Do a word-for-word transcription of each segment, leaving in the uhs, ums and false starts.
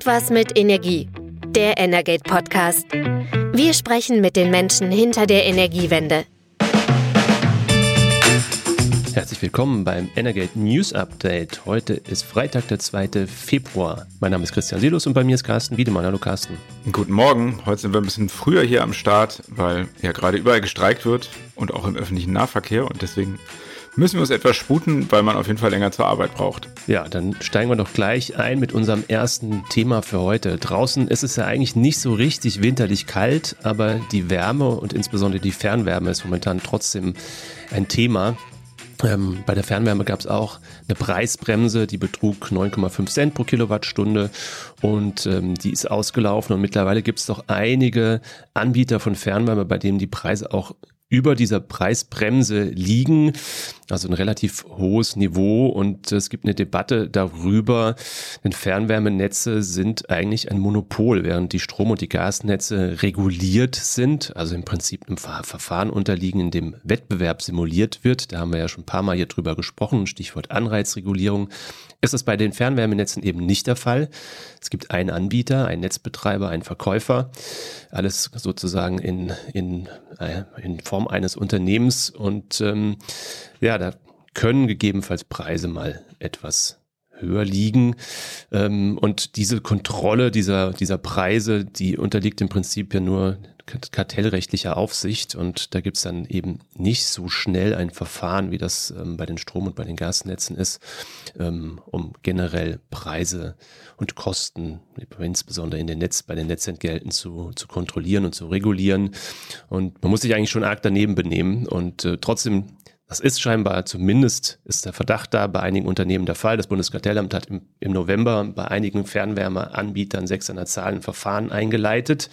Irgendwas mit Energie. Der Energate Podcast. Wir sprechen mit den Menschen hinter der Energiewende. Herzlich willkommen beim Energate News Update. Heute ist Freitag, der zweite Februar. Mein Name ist Christian Silos und bei mir ist Carsten Wiedemann. Hallo Carsten. Guten Morgen. Heute sind wir ein bisschen früher hier am Start, weil ja gerade überall gestreikt wird und auch im öffentlichen Nahverkehr. Und deswegen müssen wir uns etwas sputen, weil man auf jeden Fall länger zur Arbeit braucht. Ja, dann steigen wir doch gleich ein mit unserem ersten Thema für heute. Draußen ist es ja eigentlich nicht so richtig winterlich kalt, aber die Wärme und insbesondere die Fernwärme ist momentan trotzdem ein Thema. Ähm, bei der Fernwärme gab es auch eine Preisbremse, die betrug neun Komma fünf Cent pro Kilowattstunde und ähm, die ist ausgelaufen und mittlerweile gibt es doch einige Anbieter von Fernwärme, bei denen die Preise auch über dieser Preisbremse liegen, also ein relativ hohes Niveau, und es gibt eine Debatte darüber, denn Fernwärmenetze sind eigentlich ein Monopol, während die Strom- und die Gasnetze reguliert sind, also im Prinzip einem Verfahren unterliegen, in dem Wettbewerb simuliert wird. Da haben wir ja schon ein paar Mal hier drüber gesprochen, Stichwort Anreizregulierung. Ist das bei den Fernwärmenetzen eben nicht der Fall. Es gibt einen Anbieter, einen Netzbetreiber, einen Verkäufer, alles sozusagen in, in, in Form eines Unternehmens, und ähm, ja, da können gegebenenfalls Preise mal etwas höher liegen, ähm, und diese Kontrolle dieser, dieser Preise, die unterliegt im Prinzip ja nur kartellrechtlicher Aufsicht, und da gibt es dann eben nicht so schnell ein Verfahren, wie das ähm, bei den Strom- und bei den Gasnetzen ist, ähm, um generell Preise und Kosten, insbesondere in den Netz, bei den Netzentgelten zu, zu kontrollieren und zu regulieren. Und man muss sich eigentlich schon arg daneben benehmen, und äh, trotzdem, das ist scheinbar, zumindest ist der Verdacht da, bei einigen Unternehmen der Fall. Das Bundeskartellamt hat im, im November bei einigen Fernwärmeanbietern sechs an der Zahl ein Verfahren eingeleitet.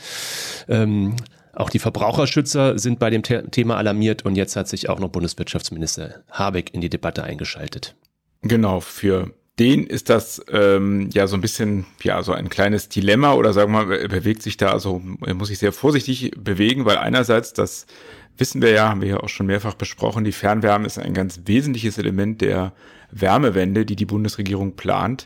Ähm, auch die Verbraucherschützer sind bei dem The- Thema alarmiert, und jetzt hat sich auch noch Bundeswirtschaftsminister Habeck in die Debatte eingeschaltet. Genau, für den ist das ähm, ja so ein bisschen, ja, so ein kleines Dilemma, oder sagen wir mal, er bewegt sich da, also er muss sich sehr vorsichtig bewegen, weil einerseits, das wissen wir ja, haben wir ja auch schon mehrfach besprochen, die Fernwärme ist ein ganz wesentliches Element der Wärmewende, die die Bundesregierung plant.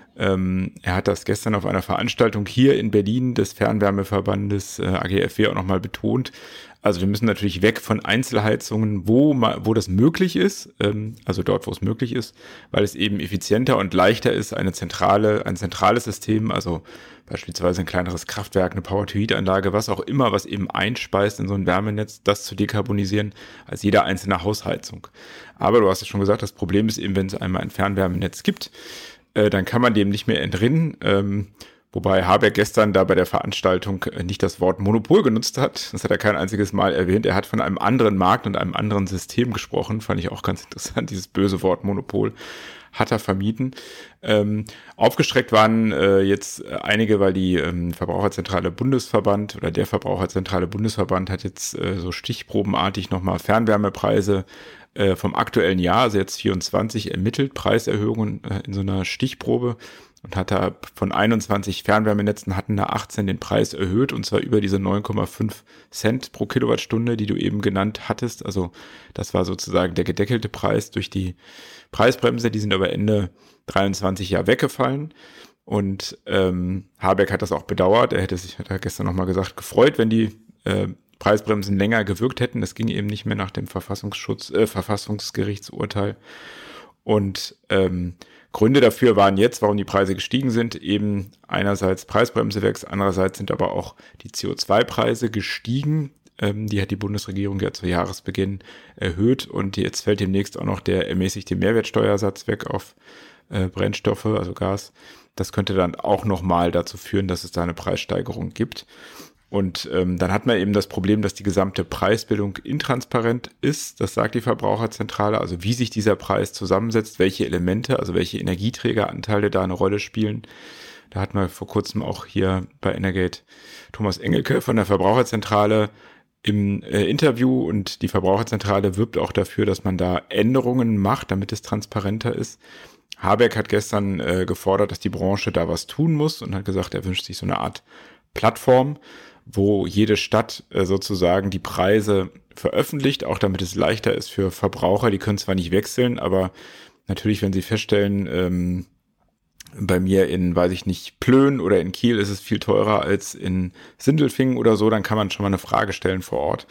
Ähm, er hat das gestern auf einer Veranstaltung hier in Berlin des Fernwärmeverbandes äh, A G F W auch nochmal betont. Also wir müssen natürlich weg von Einzelheizungen, wo ma, wo das möglich ist, ähm, also dort, wo es möglich ist, weil es eben effizienter und leichter ist, eine zentrale, ein zentrales System, also beispielsweise ein kleineres Kraftwerk, eine Power-to-Heat-Anlage, was auch immer, was eben einspeist in so ein Wärmenetz, das zu dekarbonisieren, als jede einzelne Hausheizung. Aber du hast es schon gesagt, das Problem ist eben, wenn es einmal ein Fernwärmenetz gibt, äh, dann kann man dem nicht mehr entrinnen. Ähm, Wobei Habeck gestern da bei der Veranstaltung nicht das Wort Monopol genutzt hat. Das hat er kein einziges Mal erwähnt. Er hat von einem anderen Markt und einem anderen System gesprochen. Fand ich auch ganz interessant, dieses böse Wort Monopol hat er vermieden. Ähm, aufgestreckt waren äh, jetzt einige, weil die ähm, Verbraucherzentrale Bundesverband oder der Verbraucherzentrale Bundesverband hat jetzt äh, so stichprobenartig nochmal Fernwärmepreise äh, vom aktuellen Jahr, also jetzt vierundzwanzig, ermittelt, Preiserhöhungen äh, in so einer Stichprobe. Und hat da von einundzwanzig Fernwärmenetzen hatten da achtzehn den Preis erhöht, und zwar über diese neun Komma fünf Cent pro Kilowattstunde, die du eben genannt hattest. Also das war sozusagen der gedeckelte Preis durch die Preisbremse. Die sind aber Ende dreiundzwanzig ja weggefallen. Und ähm, Habeck hat das auch bedauert. Er hätte sich, hat er gestern nochmal gesagt, gefreut, wenn die äh, Preisbremsen länger gewirkt hätten. Das ging eben nicht mehr nach dem Verfassungsschutz, äh, Verfassungsgerichtsurteil. Und ähm, Gründe dafür waren jetzt, warum die Preise gestiegen sind, eben einerseits Preisbremse wächst, andererseits sind aber auch die C O zwei Preise gestiegen. Ähm, die hat die Bundesregierung ja zu Jahresbeginn erhöht, und jetzt fällt demnächst auch noch der ermäßigte Mehrwertsteuersatz weg auf äh, Brennstoffe, also Gas. Das könnte dann auch nochmal dazu führen, dass es da eine Preissteigerung gibt. Und ähm, dann hat man eben das Problem, dass die gesamte Preisbildung intransparent ist. Das sagt die Verbraucherzentrale, also wie sich dieser Preis zusammensetzt, welche Elemente, also welche Energieträgeranteile da eine Rolle spielen. Da hat man vor kurzem auch hier bei Energate Thomas Engelke von der Verbraucherzentrale im äh, Interview, und die Verbraucherzentrale wirbt auch dafür, dass man da Änderungen macht, damit es transparenter ist. Habeck hat gestern äh, gefordert, dass die Branche da was tun muss, und hat gesagt, er wünscht sich so eine Art Plattform, wo jede Stadt äh, sozusagen die Preise veröffentlicht, auch damit es leichter ist für Verbraucher. Die können zwar nicht wechseln, aber natürlich, wenn sie feststellen, ähm, Bei mir in, weiß ich nicht, Plön oder in Kiel ist es viel teurer als in Sindelfingen oder so, dann kann man schon mal eine Frage stellen vor Ort.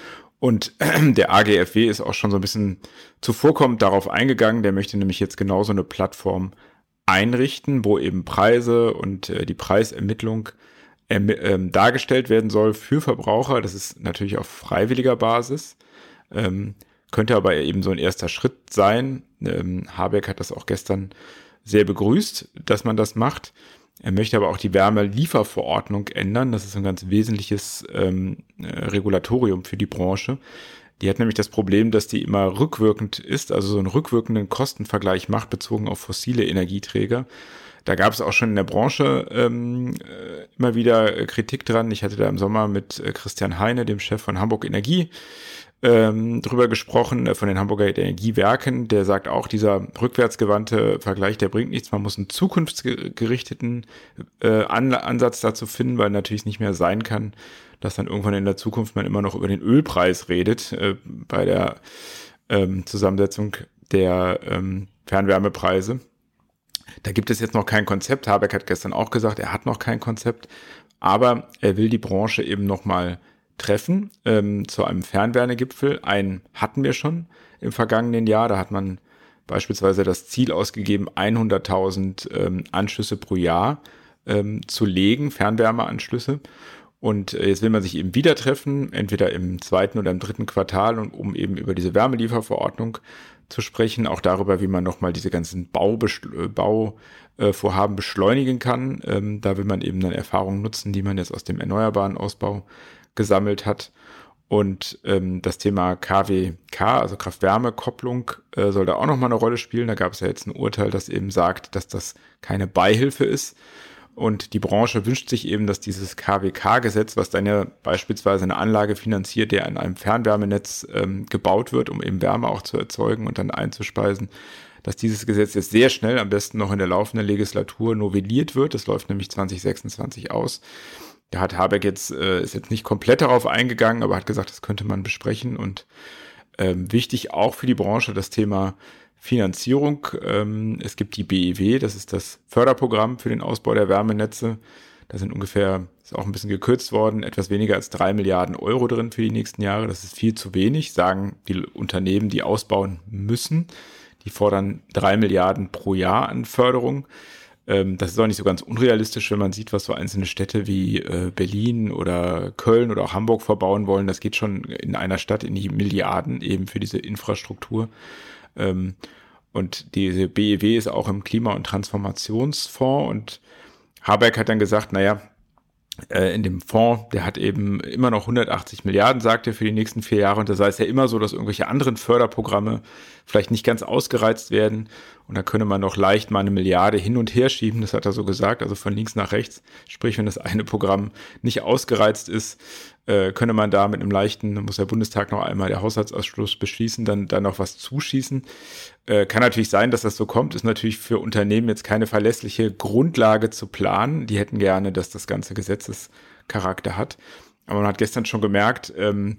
Und der A G F W ist auch schon so ein bisschen zuvorkommend darauf eingegangen, der möchte nämlich jetzt genauso eine Plattform einrichten, wo eben Preise und äh, die Preisermittlung ähm, ähm, dargestellt werden soll für Verbraucher. Das ist natürlich auf freiwilliger Basis, ähm, könnte aber eben so ein erster Schritt sein. Ähm, Habeck hat das auch gestern sehr begrüßt, dass man das macht. Er möchte aber auch die Wärmelieferverordnung ändern. Das ist ein ganz wesentliches ähm, äh, Regulatorium für die Branche. Die hat nämlich das Problem, dass die immer rückwirkend ist, also so einen rückwirkenden Kostenvergleich macht, bezogen auf fossile Energieträger. Da gab es auch schon in der Branche ähm, äh, immer wieder äh, Kritik dran. Ich hatte da im Sommer mit äh, Christian Heine, dem Chef von Hamburg Energie, ähm, drüber gesprochen, äh, von den Hamburger Energiewerken. Der sagt auch, dieser rückwärtsgewandte Vergleich, der bringt nichts. Man muss einen zukunftsgerichteten äh, An- Ansatz dazu finden, weil natürlich nicht mehr sein kann, dass dann irgendwann in der Zukunft man immer noch über den Ölpreis redet äh, bei der ähm, Zusammensetzung der ähm, Fernwärmepreise. Da gibt es jetzt noch kein Konzept. Habeck hat gestern auch gesagt, er hat noch kein Konzept, aber er will die Branche eben nochmal treffen ähm, zu einem Fernwärmegipfel. Einen hatten wir schon im vergangenen Jahr. Da hat man beispielsweise das Ziel ausgegeben, hunderttausend ähm, Anschlüsse pro Jahr ähm, zu legen, Fernwärmeanschlüsse. Und jetzt will man sich eben wieder treffen, entweder im zweiten oder im dritten Quartal, um eben über diese Wärmelieferverordnung zu sprechen, auch darüber, wie man nochmal diese ganzen Bauvorhaben Bau, äh, beschleunigen kann. Ähm, da will man eben dann Erfahrungen nutzen, die man jetzt aus dem erneuerbaren Ausbau gesammelt hat. Und ähm, das Thema K W K, also Kraft-Wärme-Kopplung, äh, soll da auch nochmal eine Rolle spielen. Da gab es ja jetzt ein Urteil, das eben sagt, dass das keine Beihilfe ist. Und die Branche wünscht sich eben, dass dieses K W K-Gesetz, was dann ja beispielsweise eine Anlage finanziert, der in einem Fernwärmenetz ähm, gebaut wird, um eben Wärme auch zu erzeugen und dann einzuspeisen, dass dieses Gesetz jetzt sehr schnell, am besten noch in der laufenden Legislatur, novelliert wird. Das läuft nämlich zwanzig sechsundzwanzig aus. Da hat Habeck jetzt, äh, ist jetzt nicht komplett darauf eingegangen, aber hat gesagt, das könnte man besprechen. Und ähm, wichtig auch für die Branche das Thema Finanzierung. Ähm, es gibt die B E W, das ist das Förderprogramm für den Ausbau der Wärmenetze. Da sind ungefähr, ist auch ein bisschen gekürzt worden, etwas weniger als drei Milliarden Euro drin für die nächsten Jahre. Das ist viel zu wenig, sagen die Unternehmen, die ausbauen müssen. Die fordern drei Milliarden pro Jahr an Förderung. Ähm, das ist auch nicht so ganz unrealistisch, wenn man sieht, was so einzelne Städte wie äh, Berlin oder Köln oder auch Hamburg verbauen wollen. Das geht schon in einer Stadt in die Milliarden eben für diese Infrastruktur. Ähm, und diese B E W ist auch im Klima- und Transformationsfonds und Habeck hat dann gesagt, naja, äh, in dem Fonds, der hat eben immer noch hundertachtzig Milliarden, sagt er, für die nächsten vier Jahre und da sei es ja immer so, dass irgendwelche anderen Förderprogramme vielleicht nicht ganz ausgereizt werden und da könne man noch leicht mal eine Milliarde hin und her schieben, das hat er so gesagt, also von links nach rechts, sprich, wenn das eine Programm nicht ausgereizt ist, äh, könne man da mit einem leichten, da muss der Bundestag noch einmal der Haushaltsausschuss beschließen, dann, dann noch was zuschießen. Äh, kann natürlich sein, dass das so kommt, ist natürlich für Unternehmen jetzt keine verlässliche Grundlage zu planen. Die hätten gerne, dass das ganze Gesetzescharakter hat. Aber man hat gestern schon gemerkt, ähm,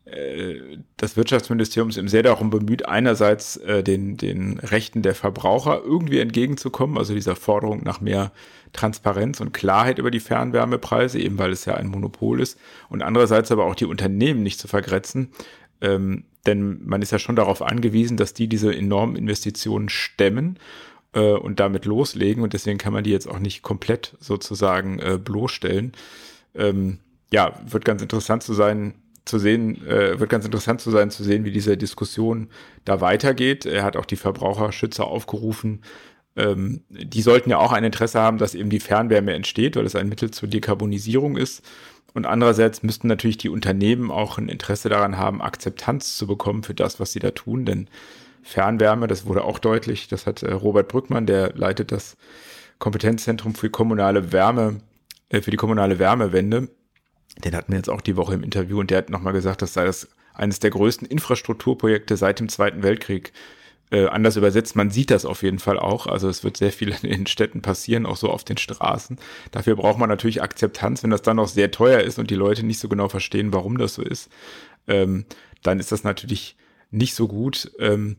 äh, das Wirtschaftsministerium ist eben sehr darum bemüht, einerseits äh, den, den Rechten der Verbraucher irgendwie entgegenzukommen, also dieser Forderung nach mehr Transparenz und Klarheit über die Fernwärmepreise, eben weil es ja ein Monopol ist, und andererseits aber auch die Unternehmen nicht zu vergrätzen, ähm, denn man ist ja schon darauf angewiesen, dass die diese enormen Investitionen stemmen äh, und damit loslegen und deswegen kann man die jetzt auch nicht komplett sozusagen äh, bloßstellen. Ähm, ja, wird ganz interessant zu sein, zu sehen, äh, wird ganz interessant zu sein, zu sehen, wie diese Diskussion da weitergeht. Er hat auch die Verbraucherschützer aufgerufen, ähm, die sollten ja auch ein Interesse haben, dass eben die Fernwärme entsteht, weil es ein Mittel zur Dekarbonisierung ist. Und andererseits müssten natürlich die Unternehmen auch ein Interesse daran haben, Akzeptanz zu bekommen für das, was sie da tun. Denn Fernwärme, das wurde auch deutlich, das hat äh, Robert Brückmann, der leitet das Kompetenzzentrum für kommunale Wärme, äh, für die kommunale Wärmewende. Den hatten wir jetzt auch die Woche im Interview und der hat nochmal gesagt, das sei das eines der größten Infrastrukturprojekte seit dem Zweiten Weltkrieg. Äh, anders übersetzt, man sieht das auf jeden Fall auch. Also es wird sehr viel in den Städten passieren, auch so auf den Straßen. Dafür braucht man natürlich Akzeptanz. Wenn das dann noch sehr teuer ist und die Leute nicht so genau verstehen, warum das so ist, ähm, dann ist das natürlich nicht so gut. Ähm,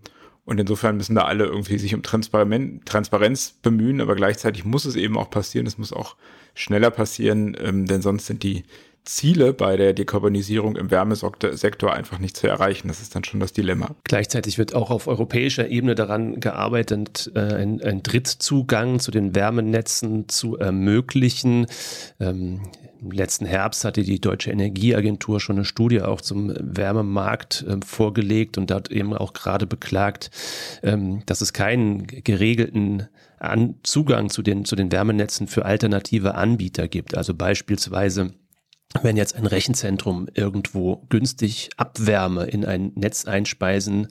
Und insofern müssen da alle irgendwie sich um Transparenz, Transparenz bemühen, aber gleichzeitig muss es eben auch passieren, es muss auch schneller passieren, ähm, denn sonst sind die Ziele bei der Dekarbonisierung im Wärmesektor einfach nicht zu erreichen. Das ist dann schon das Dilemma. Gleichzeitig wird auch auf europäischer Ebene daran gearbeitet, einen, einen Drittzugang zu den Wärmenetzen zu ermöglichen. Ähm, Im letzten Herbst hatte die Deutsche Energieagentur schon eine Studie auch zum Wärmemarkt äh, vorgelegt und dort eben auch gerade beklagt, ähm, dass es keinen geregelten An- Zugang zu den, zu den Wärmenetzen für alternative Anbieter gibt. Also beispielsweise, wenn jetzt ein Rechenzentrum irgendwo günstig Abwärme in ein Netz einspeisen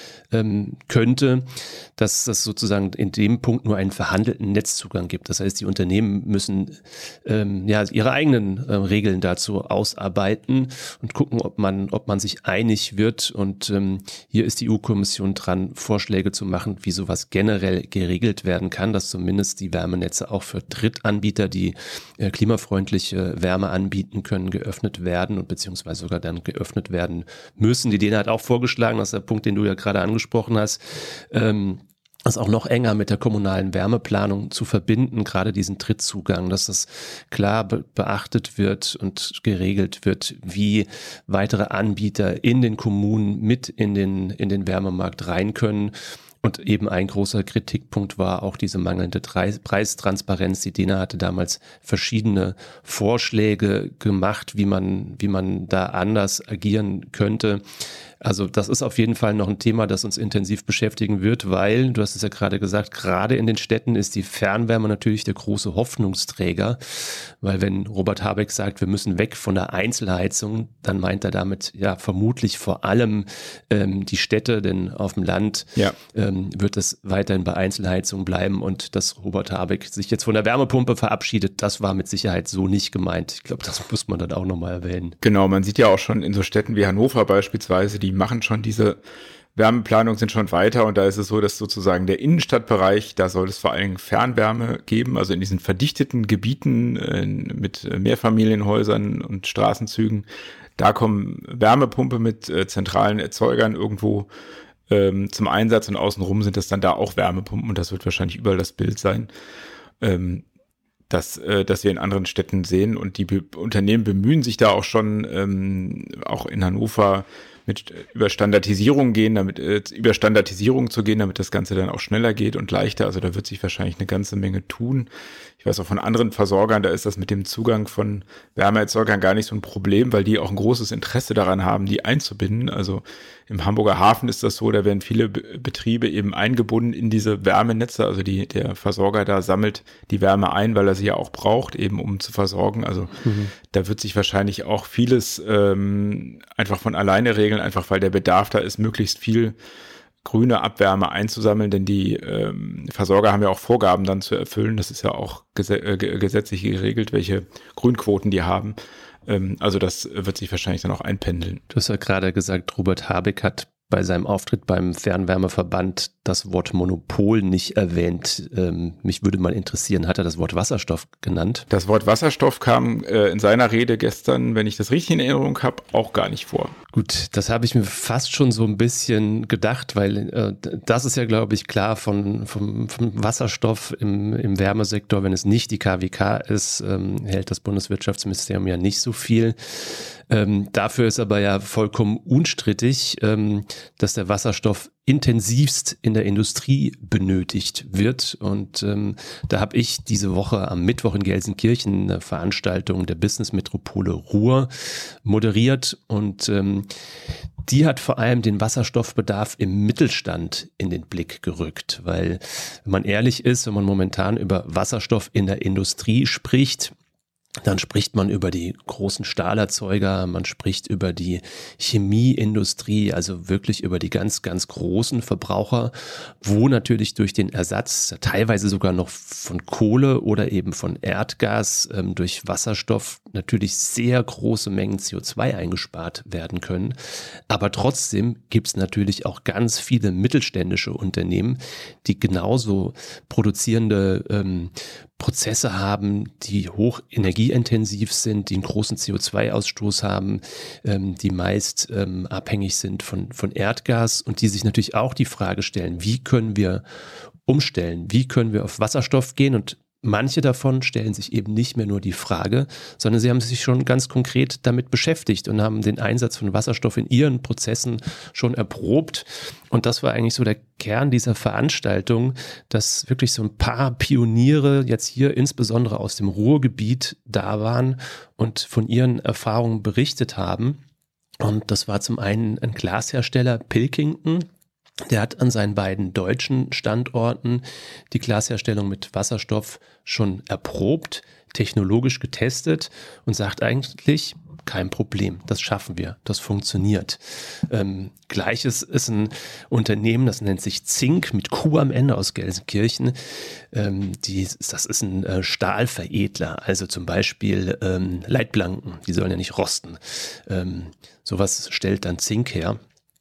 ähm, könnte, dass das sozusagen in dem Punkt nur einen verhandelten Netzzugang gibt. Das heißt, die Unternehmen müssen ähm, ja ihre eigenen äh, Regeln dazu ausarbeiten und gucken, ob man, ob man sich einig wird. Und ähm, hier ist die E U-Kommission dran, Vorschläge zu machen, wie sowas generell geregelt werden kann, dass zumindest die Wärmenetze auch für Drittanbieter, die äh, klimafreundliche Wärme anbieten können, geöffnet werden und beziehungsweise sogar dann geöffnet werden müssen. Die Däne hat auch vorgeschlagen, das ist der Punkt, den du ja gerade angesprochen hast, ähm, das auch noch enger mit der kommunalen Wärmeplanung zu verbinden, gerade diesen Drittzugang, dass das klar be- beachtet wird und geregelt wird, wie weitere Anbieter in den Kommunen mit in den, in den Wärmemarkt rein können. Und eben ein großer Kritikpunkt war auch diese mangelnde Tre- Preistransparenz. Die Däne hatte damals verschiedene Vorschläge gemacht, wie man, wie man da anders agieren könnte. Also das ist auf jeden Fall noch ein Thema, das uns intensiv beschäftigen wird, weil, du hast es ja gerade gesagt, gerade in den Städten ist die Fernwärme natürlich der große Hoffnungsträger, weil wenn Robert Habeck sagt, wir müssen weg von der Einzelheizung, dann meint er damit ja vermutlich vor allem ähm, die Städte, denn auf dem Land ja. ähm, wird es weiterhin bei Einzelheizung bleiben und dass Robert Habeck sich jetzt von der Wärmepumpe verabschiedet, das war mit Sicherheit so nicht gemeint. Ich glaube, das muss man dann auch nochmal erwähnen. Genau, man sieht ja auch schon in so Städten wie Hannover beispielsweise, die machen schon diese Wärmeplanung, sind schon weiter und da ist es so, dass sozusagen der Innenstadtbereich, da soll es vor allem Fernwärme geben, also in diesen verdichteten Gebieten äh, mit Mehrfamilienhäusern und Straßenzügen, da kommen Wärmepumpe mit äh, zentralen Erzeugern irgendwo ähm, zum Einsatz und außenrum sind das dann da auch Wärmepumpen und das wird wahrscheinlich überall das Bild sein. Ähm, dass, äh, dass wir in anderen Städten sehen und die Be- Unternehmen bemühen sich da auch schon, ähm, auch in Hannover mit äh, über Standardisierung gehen, damit äh, über Standardisierung zu gehen, damit das Ganze dann auch schneller geht und leichter. Also da wird sich wahrscheinlich eine ganze Menge tun. Ich weiß auch von anderen Versorgern, da ist das mit dem Zugang von Wärmeerzeugern gar nicht so ein Problem, weil die auch ein großes Interesse daran haben, die einzubinden. Also im Hamburger Hafen ist das so, da werden viele Be- Betriebe eben eingebunden in diese Wärmenetze. Also die, der Versorger da sammelt die Wärme ein, weil er sie ja auch braucht, eben um zu versorgen. Also mhm. da wird sich wahrscheinlich auch vieles ähm, einfach von alleine regeln, einfach weil der Bedarf da ist, möglichst viel grüne Abwärme einzusammeln, denn die ähm, Versorger haben ja auch Vorgaben dann zu erfüllen. Das ist ja auch gese- äh, gesetzlich geregelt, welche Grünquoten die haben. Ähm, also das wird sich wahrscheinlich dann auch einpendeln. Du hast ja gerade gesagt, Robert Habeck hat bei seinem Auftritt beim Fernwärmeverband das Wort Monopol nicht erwähnt. Ähm, mich würde mal interessieren, hat er das Wort Wasserstoff genannt? Das Wort Wasserstoff kam äh, in seiner Rede gestern, wenn ich das richtig in Erinnerung habe, auch gar nicht vor. Gut, das habe ich mir fast schon so ein bisschen gedacht, weil äh, das ist ja, glaube ich, klar von, vom, vom Wasserstoff im, im Wärmesektor, wenn es nicht die K W K ist, ähm, hält das Bundeswirtschaftsministerium ja nicht so viel. Ähm, dafür ist aber ja vollkommen unstrittig, ähm, dass der Wasserstoff intensivst in der Industrie benötigt wird. Und ähm, da habe ich diese Woche am Mittwoch in Gelsenkirchen eine Veranstaltung der Business Metropole Ruhr moderiert und ähm, die hat vor allem den Wasserstoffbedarf im Mittelstand in den Blick gerückt, weil wenn man ehrlich ist, wenn man momentan über Wasserstoff in der Industrie spricht, dann spricht man über die großen Stahlerzeuger, man spricht über die Chemieindustrie, also wirklich über die ganz, ganz großen Verbraucher, wo natürlich durch den Ersatz teilweise sogar noch von Kohle oder eben von Erdgas ähm, durch Wasserstoff natürlich sehr große Mengen C O zwei eingespart werden können. Aber trotzdem gibt es natürlich auch ganz viele mittelständische Unternehmen, die genauso produzierende ähm, Prozesse haben, die hoch energieintensiv sind, die einen großen C O zwei Ausstoß haben, ähm, die meist ähm, abhängig sind von, von Erdgas und die sich natürlich auch die Frage stellen, wie können wir umstellen, wie können wir auf Wasserstoff gehen, und manche davon stellen sich eben nicht mehr nur die Frage, sondern sie haben sich schon ganz konkret damit beschäftigt und haben den Einsatz von Wasserstoff in ihren Prozessen schon erprobt. Und das war eigentlich so der Kern dieser Veranstaltung, dass wirklich so ein paar Pioniere jetzt hier insbesondere aus dem Ruhrgebiet da waren und von ihren Erfahrungen berichtet haben. Und das war zum einen ein Glashersteller, Pilkington. Der hat an seinen beiden deutschen Standorten die Glasherstellung mit Wasserstoff schon erprobt, technologisch getestet und sagt eigentlich, kein Problem, das schaffen wir, das funktioniert. Ähm, Gleiches ist ein Unternehmen, das nennt sich Zink mit Q am Ende aus Gelsenkirchen. Ähm, die, das ist ein äh, Stahlveredler, also zum Beispiel ähm, Leitplanken, die sollen ja nicht rosten. Ähm, sowas stellt dann Zink her.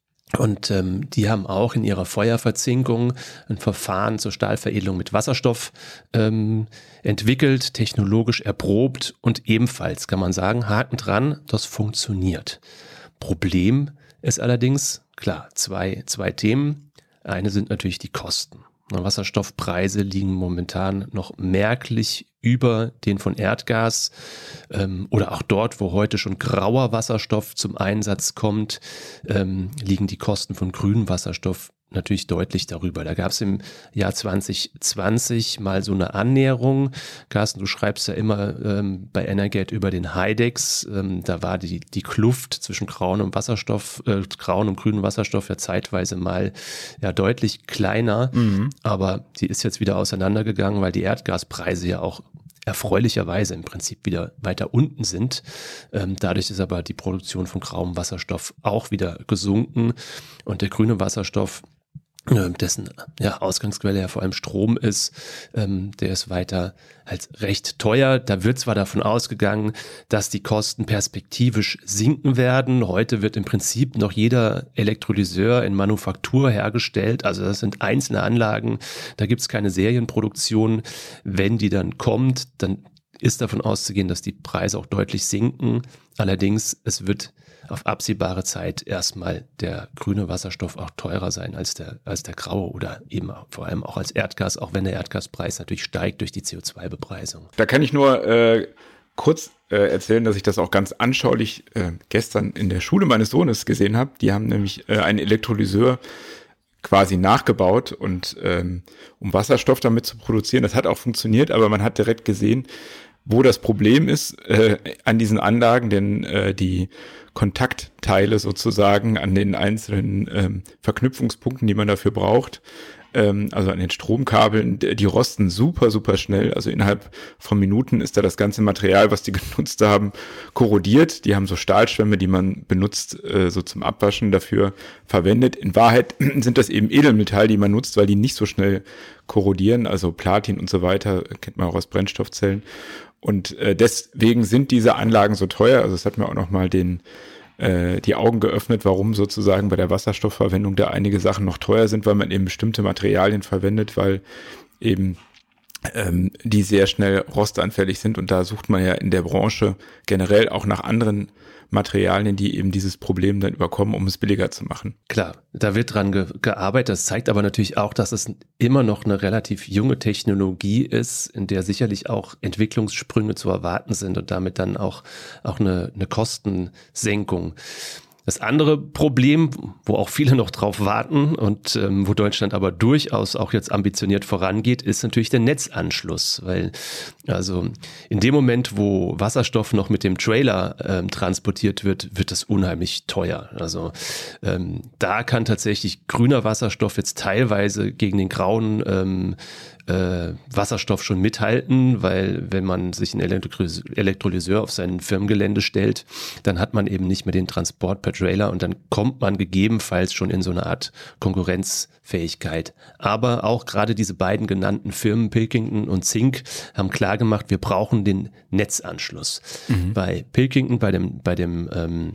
Und ähm, die haben auch in ihrer Feuerverzinkung ein Verfahren zur Stahlveredelung mit Wasserstoff ähm, entwickelt, technologisch erprobt und ebenfalls, kann man sagen, Haken dran, das funktioniert. Problem ist allerdings, klar, zwei, zwei Themen. Eine sind natürlich die Kosten. Wasserstoffpreise liegen momentan noch merklich über den von Erdgas ähm, oder auch dort, wo heute schon grauer Wasserstoff zum Einsatz kommt, ähm, liegen die Kosten von grünem Wasserstoff natürlich deutlich darüber. Da gab es im Jahr zwanzig zwanzig mal so eine Annäherung. Carsten, du schreibst ja immer ähm, bei Energate über den Hydex. Ähm, da war die, die Kluft zwischen grauen und Wasserstoff, äh, grauen und grünem Wasserstoff ja zeitweise mal ja deutlich kleiner. Mhm. Aber die ist jetzt wieder auseinandergegangen, weil die Erdgaspreise ja auch erfreulicherweise im Prinzip wieder weiter unten sind. Ähm, dadurch ist aber die Produktion von grauem Wasserstoff auch wieder gesunken und der grüne Wasserstoff, dessen ja, Ausgangsquelle ja vor allem Strom ist, ähm, der ist weiter halt recht teuer. Da wird zwar davon ausgegangen, dass die Kosten perspektivisch sinken werden. Heute wird im Prinzip noch jeder Elektrolyseur in Manufaktur hergestellt. Also das sind einzelne Anlagen, da gibt es keine Serienproduktion. Wenn die dann kommt, dann ist davon auszugehen, dass die Preise auch deutlich sinken. Allerdings, es wird auf absehbare Zeit erstmal der grüne Wasserstoff auch teurer sein als der, als der graue oder eben vor allem auch als Erdgas, auch wenn der Erdgaspreis natürlich steigt durch die C O zwei Bepreisung. Da kann ich nur äh, kurz äh, erzählen, dass ich das auch ganz anschaulich äh, gestern in der Schule meines Sohnes gesehen habe. Die haben nämlich äh, einen Elektrolyseur quasi nachgebaut und ähm, um Wasserstoff damit zu produzieren. Das hat auch funktioniert, aber man hat direkt gesehen, wo das Problem ist äh, an diesen Anlagen, denn äh, die Kontaktteile sozusagen an den einzelnen ähm, Verknüpfungspunkten, die man dafür braucht, ähm, also an den Stromkabeln, die rosten super, super schnell. Also innerhalb von Minuten ist da das ganze Material, was die genutzt haben, korrodiert. Die haben so Stahlschwämme, die man benutzt, äh, so zum Abwaschen dafür verwendet. In Wahrheit sind das eben Edelmetalle, die man nutzt, weil die nicht so schnell korrodieren, also Platin und so weiter, kennt man auch aus Brennstoffzellen. Und äh, deswegen sind diese Anlagen so teuer. Also es hat mir auch nochmal den äh, die Augen geöffnet, warum sozusagen bei der Wasserstoffverwendung da einige Sachen noch teuer sind, weil man eben bestimmte Materialien verwendet, weil eben ähm, die sehr schnell rostanfällig sind. Und da sucht man ja in der Branche generell auch nach anderen Materialien, die eben dieses Problem dann überkommen, um es billiger zu machen. Klar, da wird dran ge- gearbeitet. Das zeigt aber natürlich auch, dass es immer noch eine relativ junge Technologie ist, in der sicherlich auch Entwicklungssprünge zu erwarten sind und damit dann auch, auch eine, eine Kostensenkung. Das andere Problem, wo auch viele noch drauf warten und ähm, wo Deutschland aber durchaus auch jetzt ambitioniert vorangeht, ist natürlich der Netzanschluss. Weil also in dem Moment, wo Wasserstoff noch mit dem Trailer ähm, transportiert wird, wird das unheimlich teuer. Also ähm, da kann tatsächlich grüner Wasserstoff jetzt teilweise gegen den grauen ähm, äh, Wasserstoff schon mithalten, weil wenn man sich einen Elektrolyseur, Elektrolyseur auf sein Firmengelände stellt, dann hat man eben nicht mehr den Transport per Trailer und dann kommt man gegebenenfalls schon in so eine Art Konkurrenzfähigkeit. Aber auch gerade diese beiden genannten Firmen, Pilkington und Zink, haben klar gemacht, wir brauchen den Netzanschluss. Mhm. Bei Pilkington, bei dem, bei dem ähm,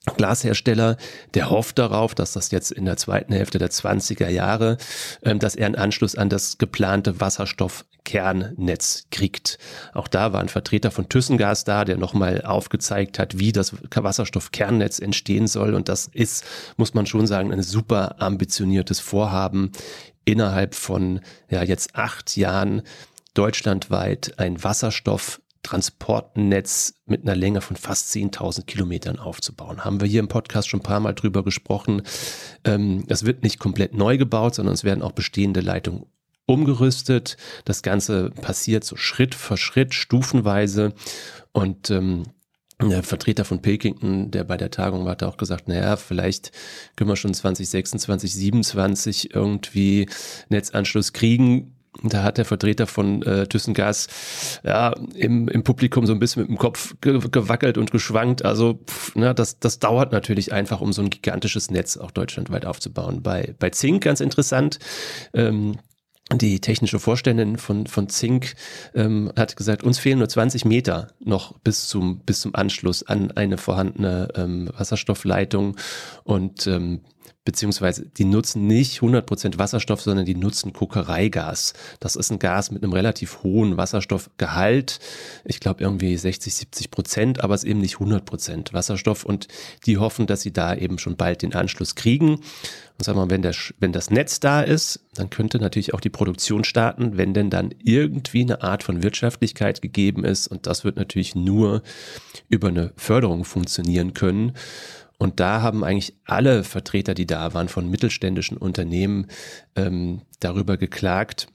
Glashersteller, der hofft darauf, dass das jetzt in der zweiten Hälfte der zwanziger Jahre, ähm, dass er einen Anschluss an das geplante Wasserstoffkernnetz kriegt. Auch da war ein Vertreter von ThyssenKrupp da, der nochmal aufgezeigt hat, wie das Wasserstoffkernnetz entstehen soll. Und das ist, muss man schon sagen, ein super ambitioniertes Vorhaben, innerhalb von ja jetzt acht Jahren deutschlandweit ein Wasserstoff Transportnetz mit einer Länge von fast zehntausend Kilometern aufzubauen. Haben wir hier im Podcast schon ein paar Mal drüber gesprochen. Ähm, es wird nicht komplett neu gebaut, sondern es werden auch bestehende Leitungen umgerüstet. Das Ganze passiert so Schritt für Schritt, stufenweise. Und ähm, der Vertreter von Pilkington, der bei der Tagung war, hat auch gesagt, naja, vielleicht können wir schon zwanzig sechsundzwanzig, siebenundzwanzig irgendwie Netzanschluss kriegen. Da hat der Vertreter von äh, ThyssenKrupp ja, im, im Publikum so ein bisschen mit dem Kopf ge- gewackelt und geschwankt. Also pff, na, das, das dauert natürlich einfach, um so ein gigantisches Netz auch deutschlandweit aufzubauen. Bei, bei Zink ganz interessant, ähm, die technische Vorständin von, von Zink ähm, hat gesagt, uns fehlen nur zwanzig Meter noch bis zum, bis zum Anschluss an eine vorhandene ähm, Wasserstoffleitung und ähm, beziehungsweise die nutzen nicht hundert Prozent Wasserstoff, sondern die nutzen Kokereigas. Das ist ein Gas mit einem relativ hohen Wasserstoffgehalt. Ich glaube irgendwie sechzig, siebzig Prozent, aber es ist eben nicht hundert Prozent Wasserstoff und die hoffen, dass sie da eben schon bald den Anschluss kriegen. Und sagen wir mal, wenn, der, wenn das Netz da ist, dann könnte natürlich auch die Produktion starten, wenn denn dann irgendwie eine Art von Wirtschaftlichkeit gegeben ist und das wird natürlich nur über eine Förderung funktionieren können. Und da haben eigentlich alle Vertreter, die da waren, von mittelständischen Unternehmen ähm, darüber geklagt,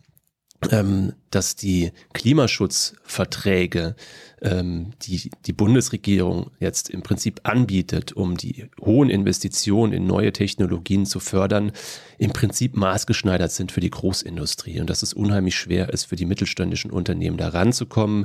ähm, dass die Klimaschutzverträge, ähm, die die Bundesregierung jetzt im Prinzip anbietet, um die hohen Investitionen in neue Technologien zu fördern, im Prinzip maßgeschneidert sind für die Großindustrie und dass es unheimlich schwer ist, für die mittelständischen Unternehmen da ranzukommen.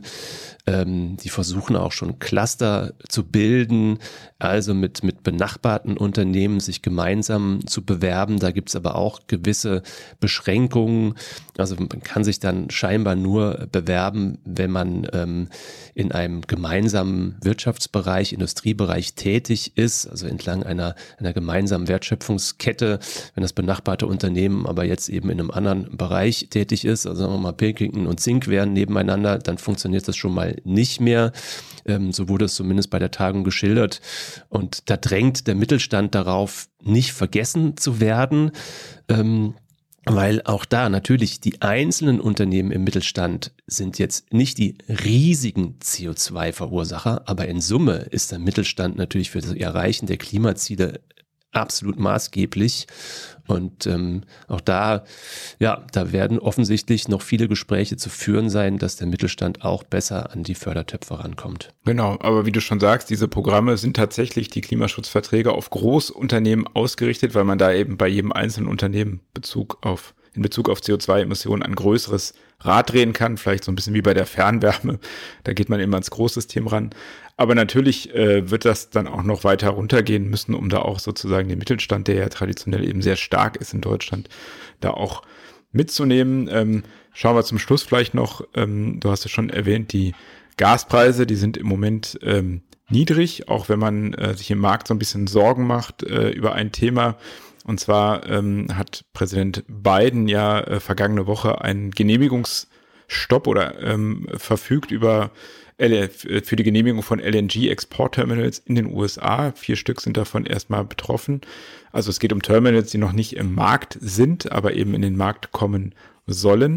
Ähm, die versuchen auch schon Cluster zu bilden, also mit, mit benachbarten Unternehmen sich gemeinsam zu bewerben. Da gibt's aber auch gewisse Beschränkungen. Also man kann sich dann scheinbar nur bewerben, wenn man ähm, in einem gemeinsamen Wirtschaftsbereich, Industriebereich tätig ist, also entlang einer, einer gemeinsamen Wertschöpfungskette. Wenn das benachbarte Unternehmen aber jetzt eben in einem anderen Bereich tätig ist, also sagen wir mal Pilkington und Zink wären nebeneinander, dann funktioniert das schon mal nicht mehr. Ähm, so wurde es zumindest bei der Tagung geschildert. Und da drängt der Mittelstand darauf, nicht vergessen zu werden. Ähm, Weil auch da natürlich die einzelnen Unternehmen im Mittelstand sind jetzt nicht die riesigen C O zwei Verursacher, aber in Summe ist der Mittelstand natürlich für das Erreichen der Klimaziele absolut maßgeblich. Und ähm, auch da, ja, da werden offensichtlich noch viele Gespräche zu führen sein, dass der Mittelstand auch besser an die Fördertöpfe rankommt. Genau, aber wie du schon sagst, diese Programme sind tatsächlich die Klimaschutzverträge auf Großunternehmen ausgerichtet, weil man da eben bei jedem einzelnen Unternehmen Bezug auf in Bezug auf C O zwei Emissionen ein größeres Rad drehen kann, vielleicht so ein bisschen wie bei der Fernwärme, da geht man immer ans Großsystem ran. Aber natürlich äh, wird das dann auch noch weiter runtergehen müssen, um da auch sozusagen den Mittelstand, der ja traditionell eben sehr stark ist in Deutschland, da auch mitzunehmen. Ähm, schauen wir zum Schluss vielleicht noch, ähm, du hast ja schon erwähnt, die Gaspreise, die sind im Moment ähm, niedrig, auch wenn man äh, sich im Markt so ein bisschen Sorgen macht äh, über ein Thema. Und zwar ähm, hat Präsident Biden ja äh, vergangene Woche einen Genehmigungsstopp oder ähm, verfügt über L- für die Genehmigung von L N G-Exportterminals in den U S A. Vier Stück sind davon erstmal betroffen. Also es geht um Terminals, die noch nicht im Markt sind, aber eben in den Markt kommen sollen.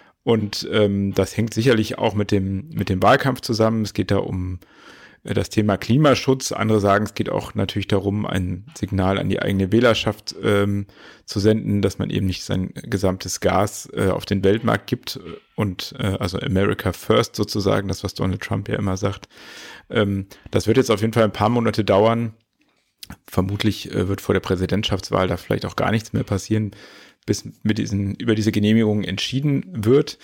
Und ähm, das hängt sicherlich auch mit dem mit dem Wahlkampf zusammen. Es geht da um das Thema Klimaschutz. Andere sagen, es geht auch natürlich darum, ein Signal an die eigene Wählerschaft ähm, zu senden, dass man eben nicht sein gesamtes Gas äh, auf den Weltmarkt gibt und äh, also America First sozusagen, das, was Donald Trump ja immer sagt. Ähm, das wird jetzt auf jeden Fall ein paar Monate dauern. Vermutlich äh, wird vor der Präsidentschaftswahl da vielleicht auch gar nichts mehr passieren, bis mit diesen über diese Genehmigungen entschieden wird.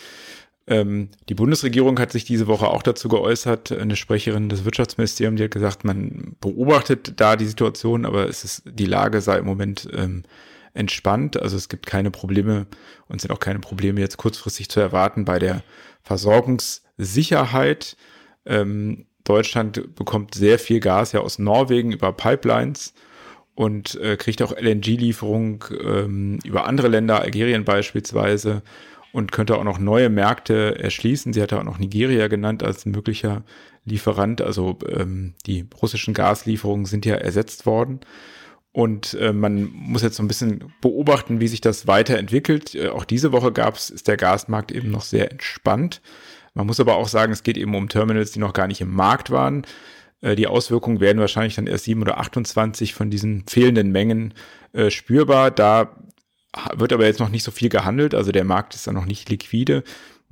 Die Bundesregierung hat sich diese Woche auch dazu geäußert, eine Sprecherin des Wirtschaftsministeriums, die hat gesagt, man beobachtet da die Situation, aber es ist, die Lage sei im Moment ähm, entspannt, also es gibt keine Probleme und sind auch keine Probleme jetzt kurzfristig zu erwarten bei der Versorgungssicherheit. Ähm, Deutschland bekommt sehr viel Gas ja aus Norwegen über Pipelines und äh, kriegt auch L N G-Lieferung ähm, über andere Länder, Algerien beispielsweise, und könnte auch noch neue Märkte erschließen. Sie hatte auch noch Nigeria genannt als möglicher Lieferant. Also ähm, die russischen Gaslieferungen sind ja ersetzt worden. Und äh, man muss jetzt so ein bisschen beobachten, wie sich das weiterentwickelt. Äh, auch diese Woche gab's, ist der Gasmarkt eben noch sehr entspannt. Man muss aber auch sagen, es geht eben um Terminals, die noch gar nicht im Markt waren. Äh, die Auswirkungen werden wahrscheinlich dann erst sieben oder achtundzwanzig von diesen fehlenden Mengen äh, spürbar. Da wird aber jetzt noch nicht so viel gehandelt, also der Markt ist dann noch nicht liquide.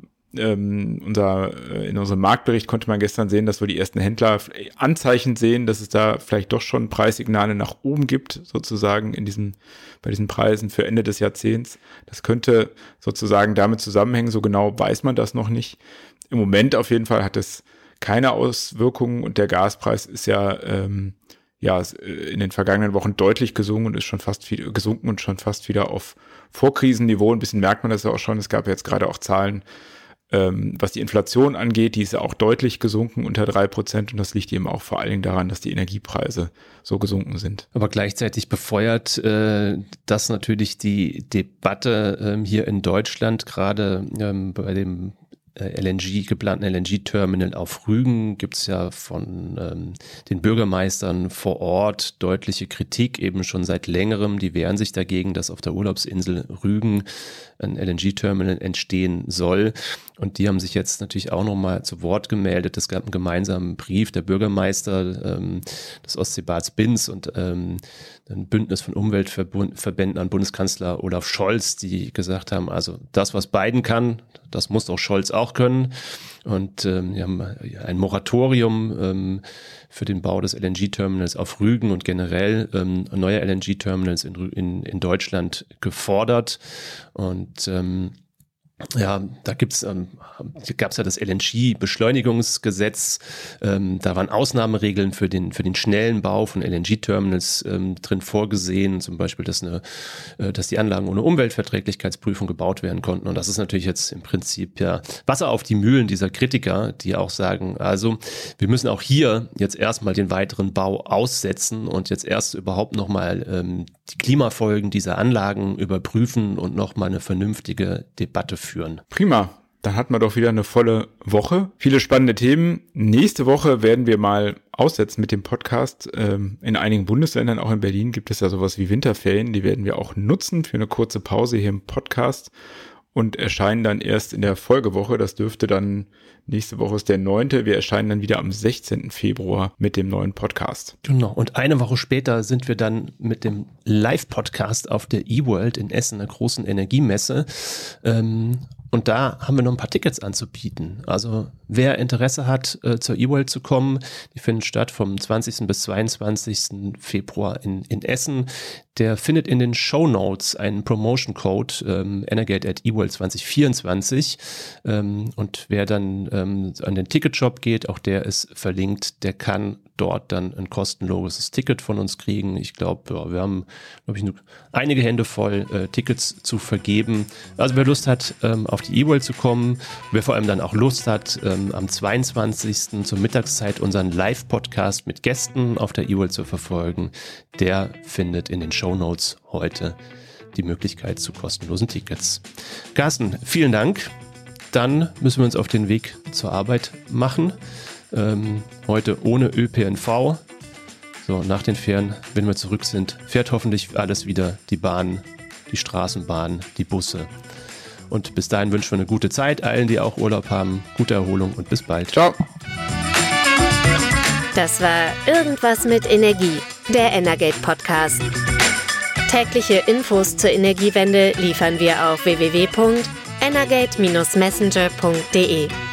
Ähm, unser, in unserem Marktbericht konnte man gestern sehen, dass wir die ersten Händler Anzeichen sehen, dass es da vielleicht doch schon Preissignale nach oben gibt, sozusagen in diesen, bei diesen Preisen für Ende des Jahrzehnts. Das könnte sozusagen damit zusammenhängen, so genau weiß man das noch nicht. Im Moment auf jeden Fall hat es keine Auswirkungen und der Gaspreis ist ja ähm, ja, in den vergangenen Wochen deutlich gesunken und ist schon fast viel, gesunken und schon fast wieder auf Vorkrisenniveau. Ein bisschen merkt man das ja auch schon. Es gab jetzt gerade auch Zahlen, ähm, was die Inflation angeht, die ist ja auch deutlich gesunken unter drei Prozent und das liegt eben auch vor allen Dingen daran, dass die Energiepreise so gesunken sind. Aber gleichzeitig befeuert äh, das natürlich die Debatte ähm, hier in Deutschland, gerade ähm, bei dem L N G, geplanten L N G-Terminal auf Rügen gibt es ja von ähm, den Bürgermeistern vor Ort deutliche Kritik, eben schon seit längerem. Die wehren sich dagegen, dass auf der Urlaubsinsel Rügen ein L N G-Terminal entstehen soll. Und die haben sich jetzt natürlich auch nochmal zu Wort gemeldet. Es gab einen gemeinsamen Brief der Bürgermeister ähm, des Ostseebads Binz und ähm, ein Bündnis von Umweltverbänden an Bundeskanzler Olaf Scholz, die gesagt haben, also das, was Biden kann, das muss auch Scholz auch können. Und ähm, wir haben ein Moratorium ähm, für den Bau des L N G-Terminals auf Rügen und generell ähm, neue L N G-Terminals in, in, in Deutschland gefordert. Und ähm, ja, da gibt's, ähm, gab's ja das L N G-Beschleunigungsgesetz. Ähm, da waren Ausnahmeregeln für den für den schnellen Bau von L N G-Terminals ähm, drin vorgesehen. Zum Beispiel, dass eine, äh, dass die Anlagen ohne Umweltverträglichkeitsprüfung gebaut werden konnten. Und das ist natürlich jetzt im Prinzip ja Wasser auf die Mühlen dieser Kritiker, die auch sagen, also wir müssen auch hier jetzt erstmal den weiteren Bau aussetzen und jetzt erst überhaupt nochmal ähm, die Klimafolgen dieser Anlagen überprüfen und nochmal eine vernünftige Debatte führen. Prima. Dann hatten wir doch wieder eine volle Woche. Viele spannende Themen. Nächste Woche werden wir mal aussetzen mit dem Podcast. Ähm, in einigen Bundesländern, auch in Berlin, gibt es ja sowas wie Winterferien. Die werden wir auch nutzen für eine kurze Pause hier im Podcast und erscheinen dann erst in der Folgewoche. Das dürfte dann, nächste Woche ist der neunte. Wir erscheinen dann wieder am sechzehnten Februar mit dem neuen Podcast. Genau. Und eine Woche später sind wir dann mit dem Live-Podcast auf der eWorld in Essen, einer großen Energiemesse. Ähm, Und da haben wir noch ein paar Tickets anzubieten. Also wer Interesse hat, äh, zur eWorld zu kommen, die finden statt vom zwanzigsten bis zweiundzwanzigsten Februar in, in Essen. Der findet in den Shownotes einen Promotion-Code, ähm, energate at eworld zwanzig vierundzwanzig. Ähm, und wer dann ähm, an den Ticketshop geht, auch der ist verlinkt, der kann dort dann ein kostenloses Ticket von uns kriegen. Ich glaube, ja, wir haben, glaube ich, einige Hände voll äh, Tickets zu vergeben. Also wer Lust hat, ähm, auf die eWorld zu kommen, wer vor allem dann auch Lust hat, ähm, am zweiundzwanzigsten zur Mittagszeit unseren Live-Podcast mit Gästen auf der eWorld zu verfolgen, der findet in den Shownotes heute die Möglichkeit zu kostenlosen Tickets. Carsten, vielen Dank. Dann müssen wir uns auf den Weg zur Arbeit machen. Ähm, heute ohne Ö P N V. So, nach den Ferien, wenn wir zurück sind, fährt hoffentlich alles wieder, die Bahn, die Straßenbahn, die Busse. Und bis dahin wünschen wir eine gute Zeit, allen, die auch Urlaub haben, gute Erholung und bis bald. Ciao. Das war Irgendwas mit Energie, der Energate Podcast. Tägliche Infos zur Energiewende liefern wir auf w w w punkt energate Bindestrich messenger punkt d e.